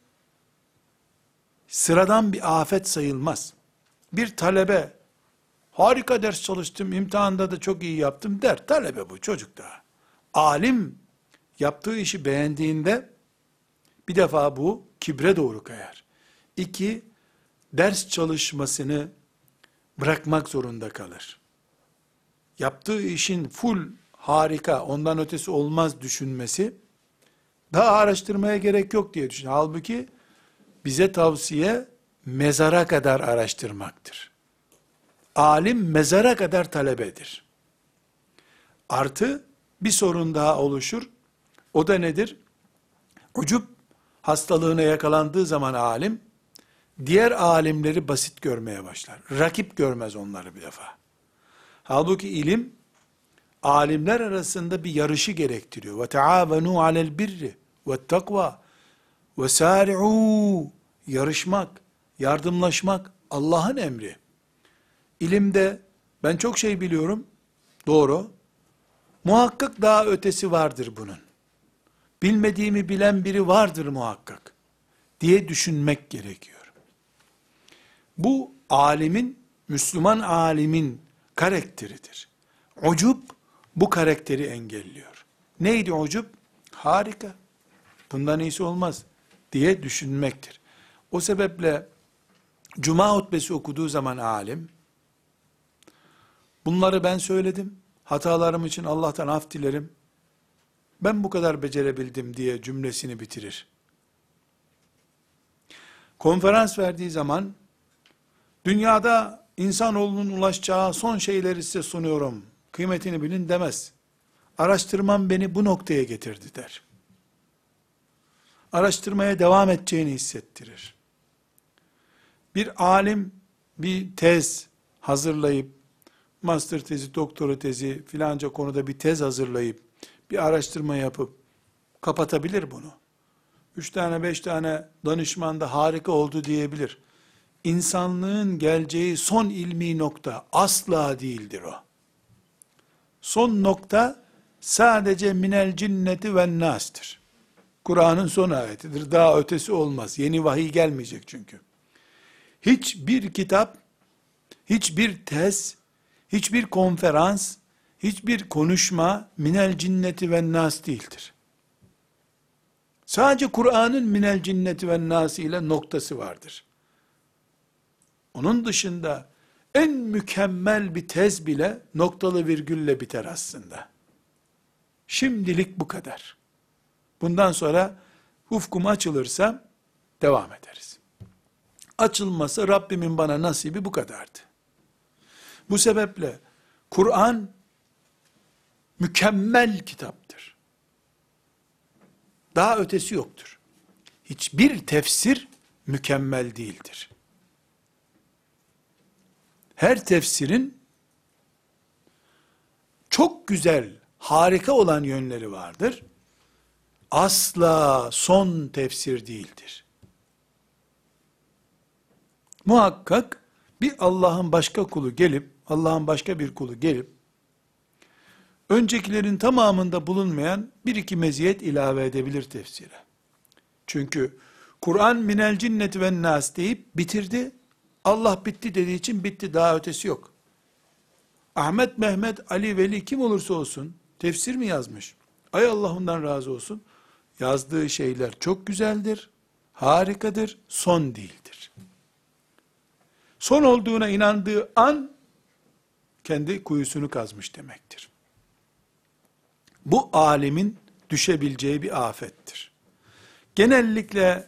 sıradan bir afet sayılmaz. Bir talebe harika ders çalıştım, imtihanda da çok iyi yaptım der. Talebe bu, çocuk daha. Alim yaptığı işi beğendiğinde bir defa bu kibre doğru kayar. İki, ders çalışmasını bırakmak zorunda kalır. Yaptığı işin full harika, ondan ötesi olmaz düşünmesi, daha araştırmaya gerek yok diye düşünüyor. Halbuki bize tavsiye mezara kadar araştırmaktır. Alim mezara kadar talebedir. Artı bir sorun daha oluşur. O da nedir? Ucub hastalığına yakalandığı zaman alim, diğer alimleri basit görmeye başlar. Rakip görmez onları bir defa. Halbuki ilim, alimler arasında bir yarışı gerektiriyor. وَتَعَاوَنُوا عَلَى الْبِرِّ وَالتَّقْوَى وَسَارِعُوا Yarışmak, yardımlaşmak Allah'ın emri. İlimde ben çok şey biliyorum, doğru. Muhakkak daha ötesi vardır bunun. Bilmediğimi bilen biri vardır muhakkak diye düşünmek gerekiyor. Bu alimin, Müslüman alimin karakteridir. Ucub bu karakteri engelliyor. Neydi ucub? Harika. Bundan iyisi olmaz diye düşünmektir. O sebeple Cuma hutbesi okuduğu zaman alim, bunları ben söyledim, hatalarım için Allah'tan af dilerim, ben bu kadar becerebildim diye cümlesini bitirir. Konferans verdiği zaman, dünyada insanoğlunun ulaşacağı son şeyleri size sunuyorum, kıymetini bilin demez. Araştırmam beni bu noktaya getirdi der. Araştırmaya devam edeceğini hissettirir. Bir alim bir tez hazırlayıp, master tezi, doktora tezi filanca konuda bir tez hazırlayıp, bir araştırma yapıp kapatabilir bunu. Üç tane beş tane danışman da harika oldu diyebilir. İnsanlığın geleceği son ilmi nokta asla değildir o. Son nokta sadece minel cinneti ve nas'tır. Kur'an'ın son ayetidir. Daha ötesi olmaz. Yeni vahiy gelmeyecek çünkü. Hiçbir kitap, hiçbir tez, hiçbir konferans, hiçbir konuşma minel cinneti ve nas değildir. Sadece Kur'an'ın minel cinneti ve nas ile noktası vardır. Onun dışında en mükemmel bir tez bile noktalı virgülle biter aslında. Şimdilik bu kadar. Bundan sonra ufkum açılırsa devam ederiz. Açılması Rabbimin bana nasibi bu kadardı. Bu sebeple Kur'an mükemmel kitaptır. Daha ötesi yoktur. Hiçbir tefsir mükemmel değildir. Her tefsirin çok güzel, harika olan yönleri vardır. Asla son tefsir değildir. Muhakkak bir Allah'ın başka kulu gelip, Allah'ın başka bir kulu gelip, öncekilerin tamamında bulunmayan bir iki meziyet ilave edebilir tefsire. Çünkü Kur'an minel cinneti ve nas deyip bitirdi. Allah bitti dediği için bitti, daha ötesi yok. Ahmet, Mehmet, Ali, Veli kim olursa olsun tefsir mi yazmış? Ay Allah ondan razı olsun. Yazdığı şeyler çok güzeldir, harikadır, son değildir. Son olduğuna inandığı an kendi kuyusunu kazmış demektir. Bu alimin düşebileceği bir afettir. Genellikle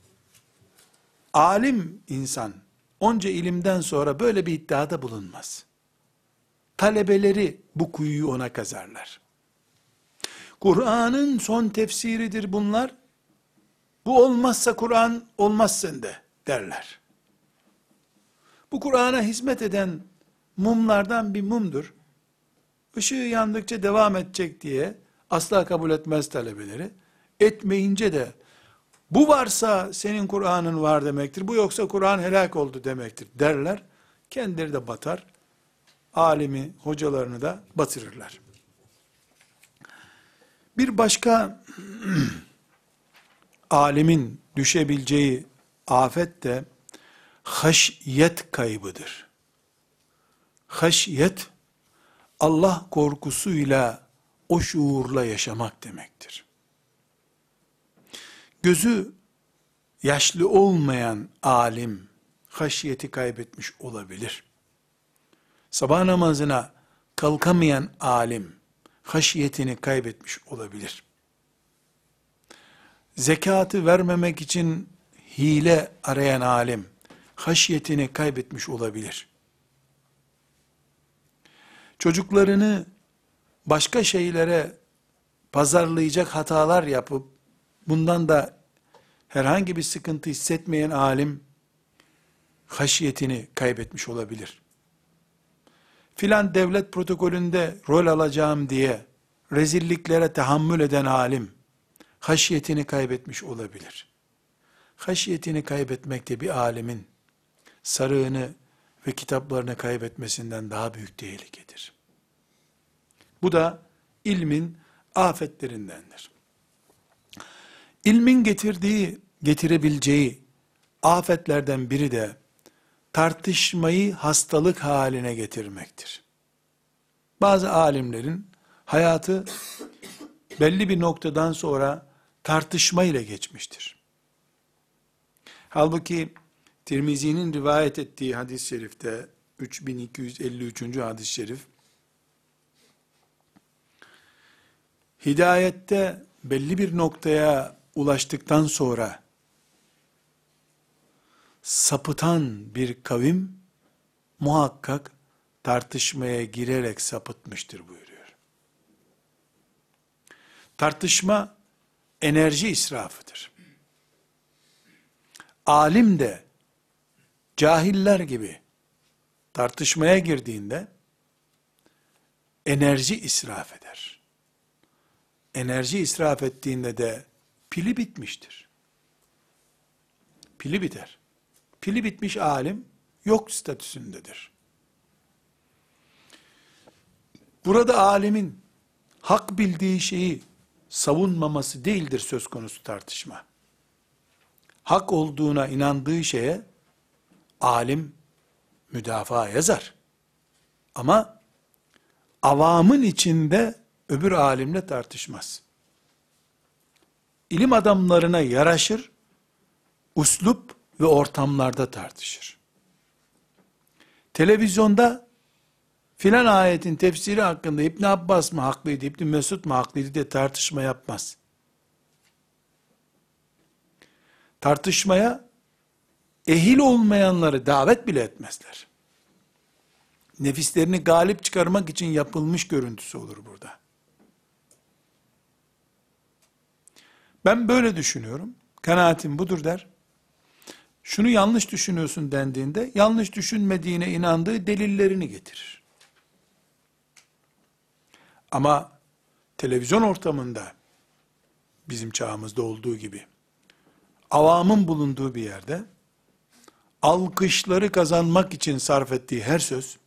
alim insan onca ilimden sonra böyle bir iddiada bulunmaz. Talebeleri bu kuyuyu ona kazarlar. Kur'an'ın son tefsiridir bunlar. Bu olmazsa Kur'an olmaz sende derler. Bu Kur'an'a hizmet eden mumlardan bir mumdur. Işığı yandıkça devam edecek diye asla kabul etmez talebeleri. Etmeyince de bu varsa senin Kur'an'ın var demektir. Bu yoksa Kur'an helak oldu demektir derler. Kendileri de batar. Alimi, hocalarını da batırırlar. Bir başka alimin düşebileceği afet de haşyet kaybıdır. Haşyet, Allah korkusuyla o şuurla yaşamak demektir. Gözü yaşlı olmayan alim, haşyeti kaybetmiş olabilir. Sabah namazına kalkamayan alim, haşiyetini kaybetmiş olabilir. Zekatı vermemek için hile arayan alim, haşiyetini kaybetmiş olabilir. Çocuklarını başka şeylere pazarlayacak hatalar yapıp, bundan da herhangi bir sıkıntı hissetmeyen alim, haşiyetini kaybetmiş olabilir. Filan devlet protokolünde rol alacağım diye, rezilliklere tahammül eden alim, haşiyetini kaybetmiş olabilir. Haşiyetini kaybetmek de bir alimin, sarığını ve kitaplarını kaybetmesinden daha büyük tehlikedir. Bu da ilmin afetlerindendir. İlmin getirdiği, getirebileceği afetlerden biri de tartışmayı hastalık haline getirmektir. Bazı alimlerin hayatı belli bir noktadan sonra tartışma ile geçmiştir. Halbuki Tirmizi'nin rivayet ettiği hadis-i şerifte üç bin iki yüz elli üçüncü hadis-i şerif, hidayette belli bir noktaya ulaştıktan sonra sapıtan bir kavim muhakkak tartışmaya girerek sapıtmıştır buyuruyor. Tartışma enerji israfıdır. Alim de cahiller gibi tartışmaya girdiğinde enerji israf eder. Enerji israf ettiğinde de pili bitmiştir. Pili biter. Pili bitmiş alim yok statüsündedir. Burada alimin hak bildiği şeyi savunmaması değildir söz konusu tartışma. Hak olduğuna inandığı şeye alim müdafaa yazar. Ama avamın içinde öbür alimle tartışmaz. İlim adamlarına yaraşır, uslup ve ortamlarda tartışır. Televizyonda filan ayetin tefsiri hakkında İbn Abbas mı haklıydı, İbn Mesud mu haklıydı diye tartışma yapmaz. Tartışmaya ehil olmayanları davet bile etmezler. Nefislerini galip çıkarmak için yapılmış görüntüsü olur burada. Ben böyle düşünüyorum, kanaatim budur der. Şunu yanlış düşünüyorsun dendiğinde, yanlış düşünmediğine inandığı delillerini getirir. Ama televizyon ortamında, bizim çağımızda olduğu gibi, avamın bulunduğu bir yerde, alkışları kazanmak için sarf ettiği her söz,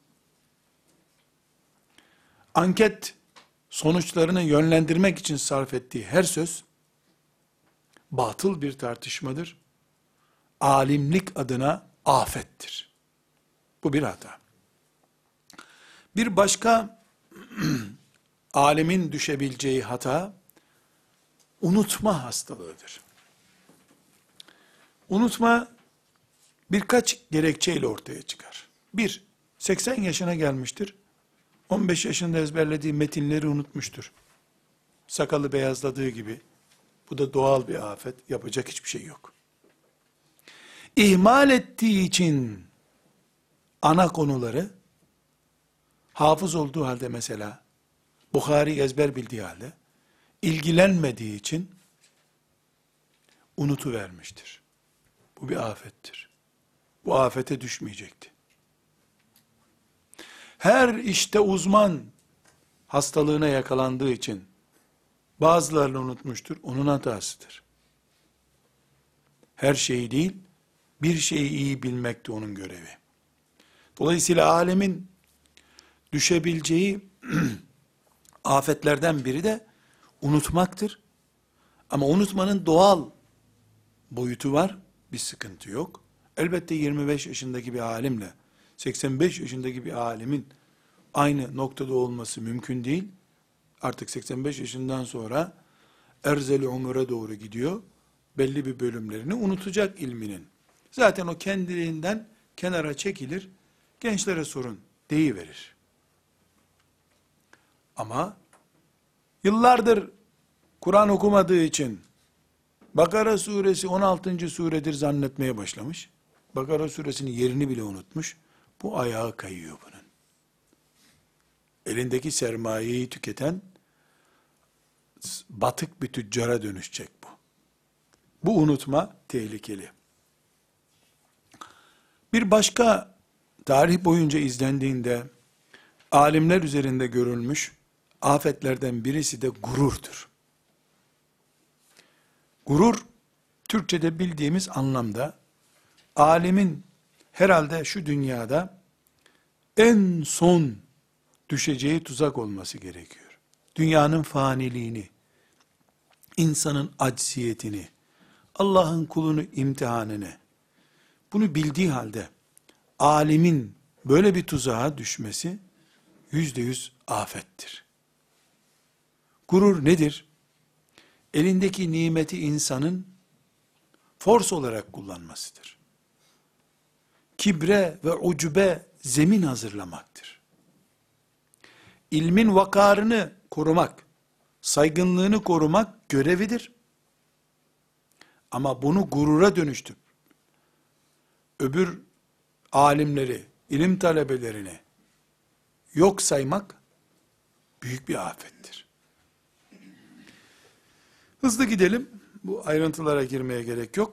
anket sonuçlarını yönlendirmek için sarf ettiği her söz, batıl bir tartışmadır. Alimlik adına afettir. Bu bir hata. Bir başka alimin düşebileceği hata, unutma hastalığıdır. Unutma, birkaç gerekçeyle ortaya çıkar. Bir, seksen yaşına gelmiştir. on beş yaşında ezberlediği metinleri unutmuştur. Sakalı beyazladığı gibi. Bu da doğal bir afet. Yapacak hiçbir şey yok. İhmal ettiği için ana konuları, hafız olduğu halde mesela, Bukhari ezber bildiği halde, ilgilenmediği için unutuvermiştir. Bu bir afettir. Bu afete düşmeyecekti. Her işte uzman hastalığına yakalandığı için bazılarını unutmuştur. Onun hatasıdır. Her şeyi değil, bir şeyi iyi bilmek de onun görevi. Dolayısıyla alemin düşebileceği afetlerden biri de unutmaktır. Ama unutmanın doğal boyutu var, bir sıkıntı yok. Elbette yirmi beş yaşındaki bir alimle seksen beş yaşındaki bir alimin aynı noktada olması mümkün değil. Artık seksen beş yaşından sonra erzeli umura doğru gidiyor. Belli bir bölümlerini unutacak ilminin. Zaten o kendiliğinden kenara çekilir. Gençlere sorun deyiverir. Ama yıllardır Kur'an okumadığı için Bakara suresi on altıncı suredir zannetmeye başlamış. Bakara suresinin yerini bile unutmuş. Bu ayağı kayıyor bunun. Elindeki sermayeyi tüketen batık bir tüccara dönüşecek bu. Bu unutma tehlikeli. Bir başka tarih boyunca izlendiğinde alimler üzerinde görülmüş afetlerden birisi de gururdur. Gurur, Türkçe'de bildiğimiz anlamda, alimin herhalde şu dünyada en son düşeceği tuzak olması gerekiyor. Dünyanın faniliğini, insanın acziyetini, Allah'ın kulunu imtihanını, bunu bildiği halde, alimin böyle bir tuzağa düşmesi, yüzde yüz afettir. Gurur nedir? Elindeki nimeti insanın force olarak kullanmasıdır. Kibre ve ucube zemin hazırlamaktır. İlmin vakarını korumak, saygınlığını korumak görevidir. Ama bunu gurura dönüştürüp, öbür alimleri, ilim talebelerini yok saymak, büyük bir afettir. Hızlı gidelim, bu ayrıntılara girmeye gerek yok.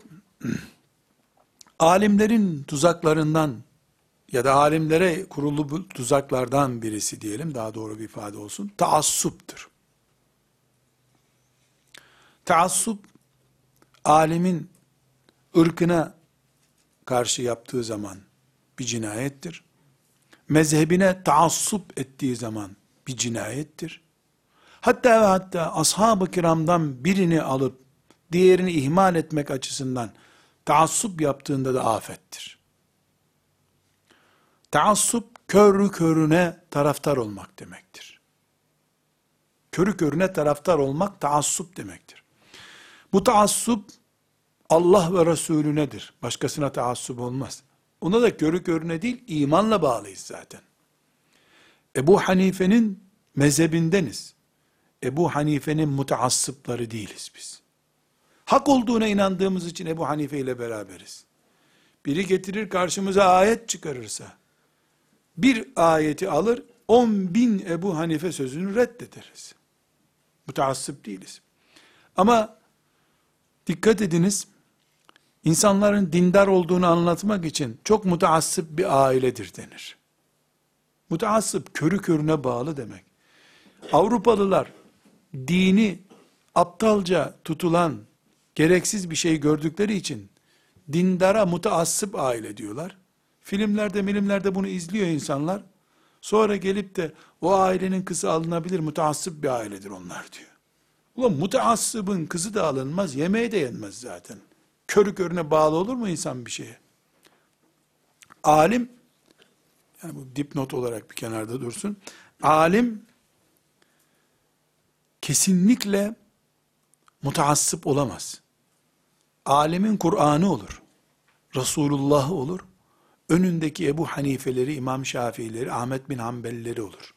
Alimlerin tuzaklarından, ya da alimlere kurulu bu tuzaklardan birisi diyelim, daha doğru bir ifade olsun, taassuptur. Taassup, alimin ırkına karşı yaptığı zaman bir cinayettir. Mezhebine taassup ettiği zaman bir cinayettir. Hatta ve hatta ashab-ı kiramdan birini alıp diğerini ihmal etmek açısından taassup yaptığında da afettir. Taassup, körü körüne taraftar olmak demektir. Körü körüne taraftar olmak taassup demektir. Bu taassup Allah ve Resulünedir. Başkasına taassup olmaz. Ona da körü körüne değil, imanla bağlıyız zaten. Ebu Hanife'nin mezhebindeniz. Ebu Hanife'nin mutaassıpları değiliz biz. Hak olduğuna inandığımız için Ebu Hanife ile beraberiz. Biri getirir karşımıza ayet çıkarırsa, bir ayeti alır, on bin Ebu Hanife sözünü reddederiz. Mutaassıp değiliz. Ama dikkat ediniz, insanların dindar olduğunu anlatmak için çok mutaassıp bir ailedir denir. Mutaassıp körü körüne bağlı demek. Avrupalılar dini aptalca tutulan, gereksiz bir şey gördükleri için dindara mutaassıp aile diyorlar. Filmlerde, milimlerde bunu izliyor insanlar. Sonra gelip de o ailenin kızı alınabilir, mutaassıp bir ailedir onlar diyor. Ulan mutaassıbın kızı da alınmaz, yemeği de yenmez zaten. Körü körüne bağlı olur mu insan bir şeye? Alim, yani bu dipnot olarak bir kenarda dursun. Alim, kesinlikle mutaassıp olamaz. Alimin Kur'an'ı olur. Resulullah olur. Önündeki Ebu Hanifeleri, İmam Şafiileri, Ahmet bin Hanbelileri olur.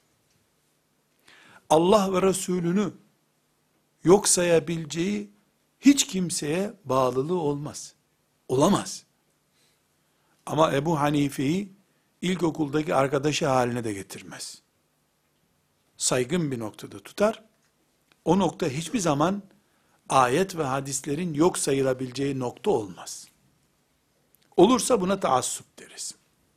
Allah ve Resulünü yok sayabileceği hiç kimseye bağlılığı olmaz. Olamaz. Ama Ebu Hanife'yi ilkokuldaki arkadaşı haline de getirmez. Saygın bir noktada tutar. O nokta hiçbir zaman ayet ve hadislerin yok sayılabileceği nokta olmaz. Olursa buna taassup deriz.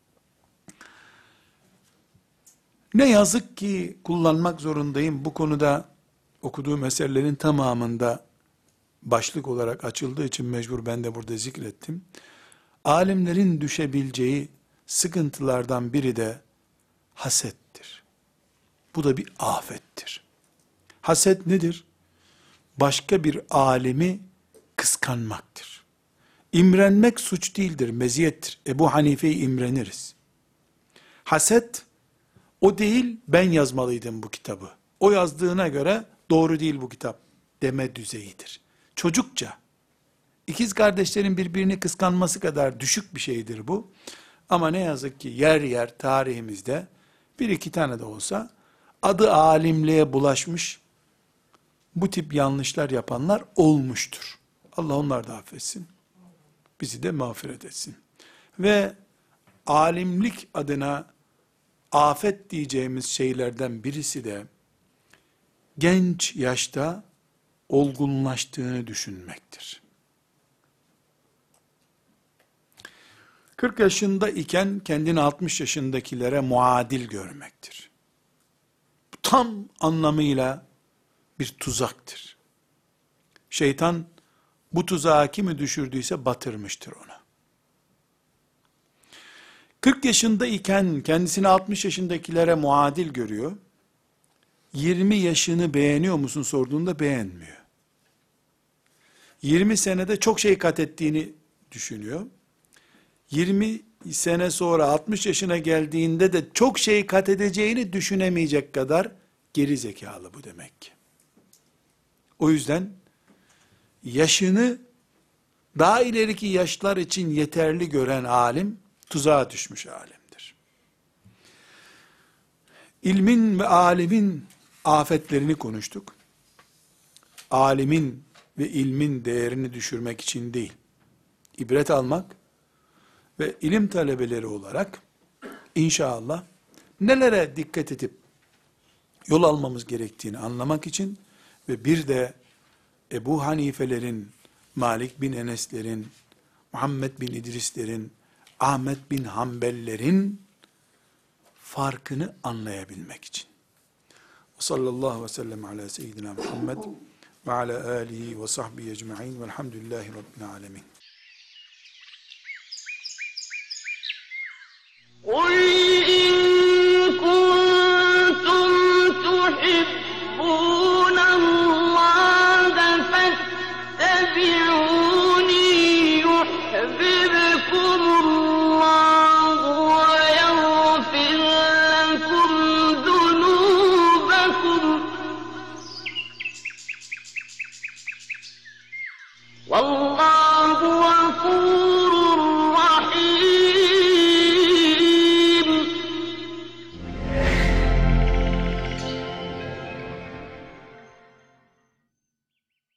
Ne yazık ki kullanmak zorundayım. Bu konuda okuduğum eserlerin tamamında başlık olarak açıldığı için mecbur ben de burada zikrettim. Alimlerin düşebileceği sıkıntılardan biri de hasettir. Bu da bir afettir. Haset nedir? Başka bir alimi kıskanmaktır. İmrenmek suç değildir, meziyettir. Ebu Hanife'yi imreniriz. Haset, o değil, ben yazmalıydım bu kitabı. O yazdığına göre doğru değil bu kitap deme düzeyidir. Çocukça, ikiz kardeşlerin birbirini kıskanması kadar düşük bir şeydir bu. Ama ne yazık ki yer yer tarihimizde bir iki tane de olsa adı alimliğe bulaşmış bu tip yanlışlar yapanlar olmuştur. Allah onları da affetsin. Bizi de mağfiret etsin. Ve alimlik adına afet diyeceğimiz şeylerden birisi de genç yaşta olgunlaştığını düşünmektir. kırk yaşında iken kendini altmış yaşındakilere muadil görmektir. Tam anlamıyla bir tuzaktır. Şeytan bu tuzağa kimi düşürdüyse batırmıştır onu. kırk yaşında iken kendisini altmış yaşındakilere muadil görüyor. yirmi yaşını beğeniyor musun sorduğunda beğenmiyor. yirmi senede çok şey kat ettiğini düşünüyor. yirmi sene sonra altmış yaşına geldiğinde de çok şey kat edeceğini düşünemeyecek kadar geri zekalı bu demek ki. O yüzden yaşını daha ileriki yaşlar için yeterli gören alim tuzağa düşmüş alimdir. İlmin ve alimin afetlerini konuştuk. alimin ve ilmin değerini düşürmek için değil. İbret almak ve ilim talebeleri olarak inşallah nelere dikkat edip yol almamız gerektiğini anlamak için ve bir de Ebu Hanifelerin, Malik bin Eneslerin, Muhammed bin İdrislerin, Ahmet bin Hanbellerin farkını anlayabilmek için. Sallallahu aleyhi ve sellem ala seyyidina Muhammed ve ala alihi ve sahbihi ecma'in velhamdülillahi rabbil alemin.
قُلْ إِن كُنتُمْ تُحِبُّونَ اللَّهَ فَاتَّبِعُونِي يُحْبِبْكُمُ اللَّهُ وَيَغْفِرْ لَكُمْ ذُنُوبَكُمْ وَاللَّهُ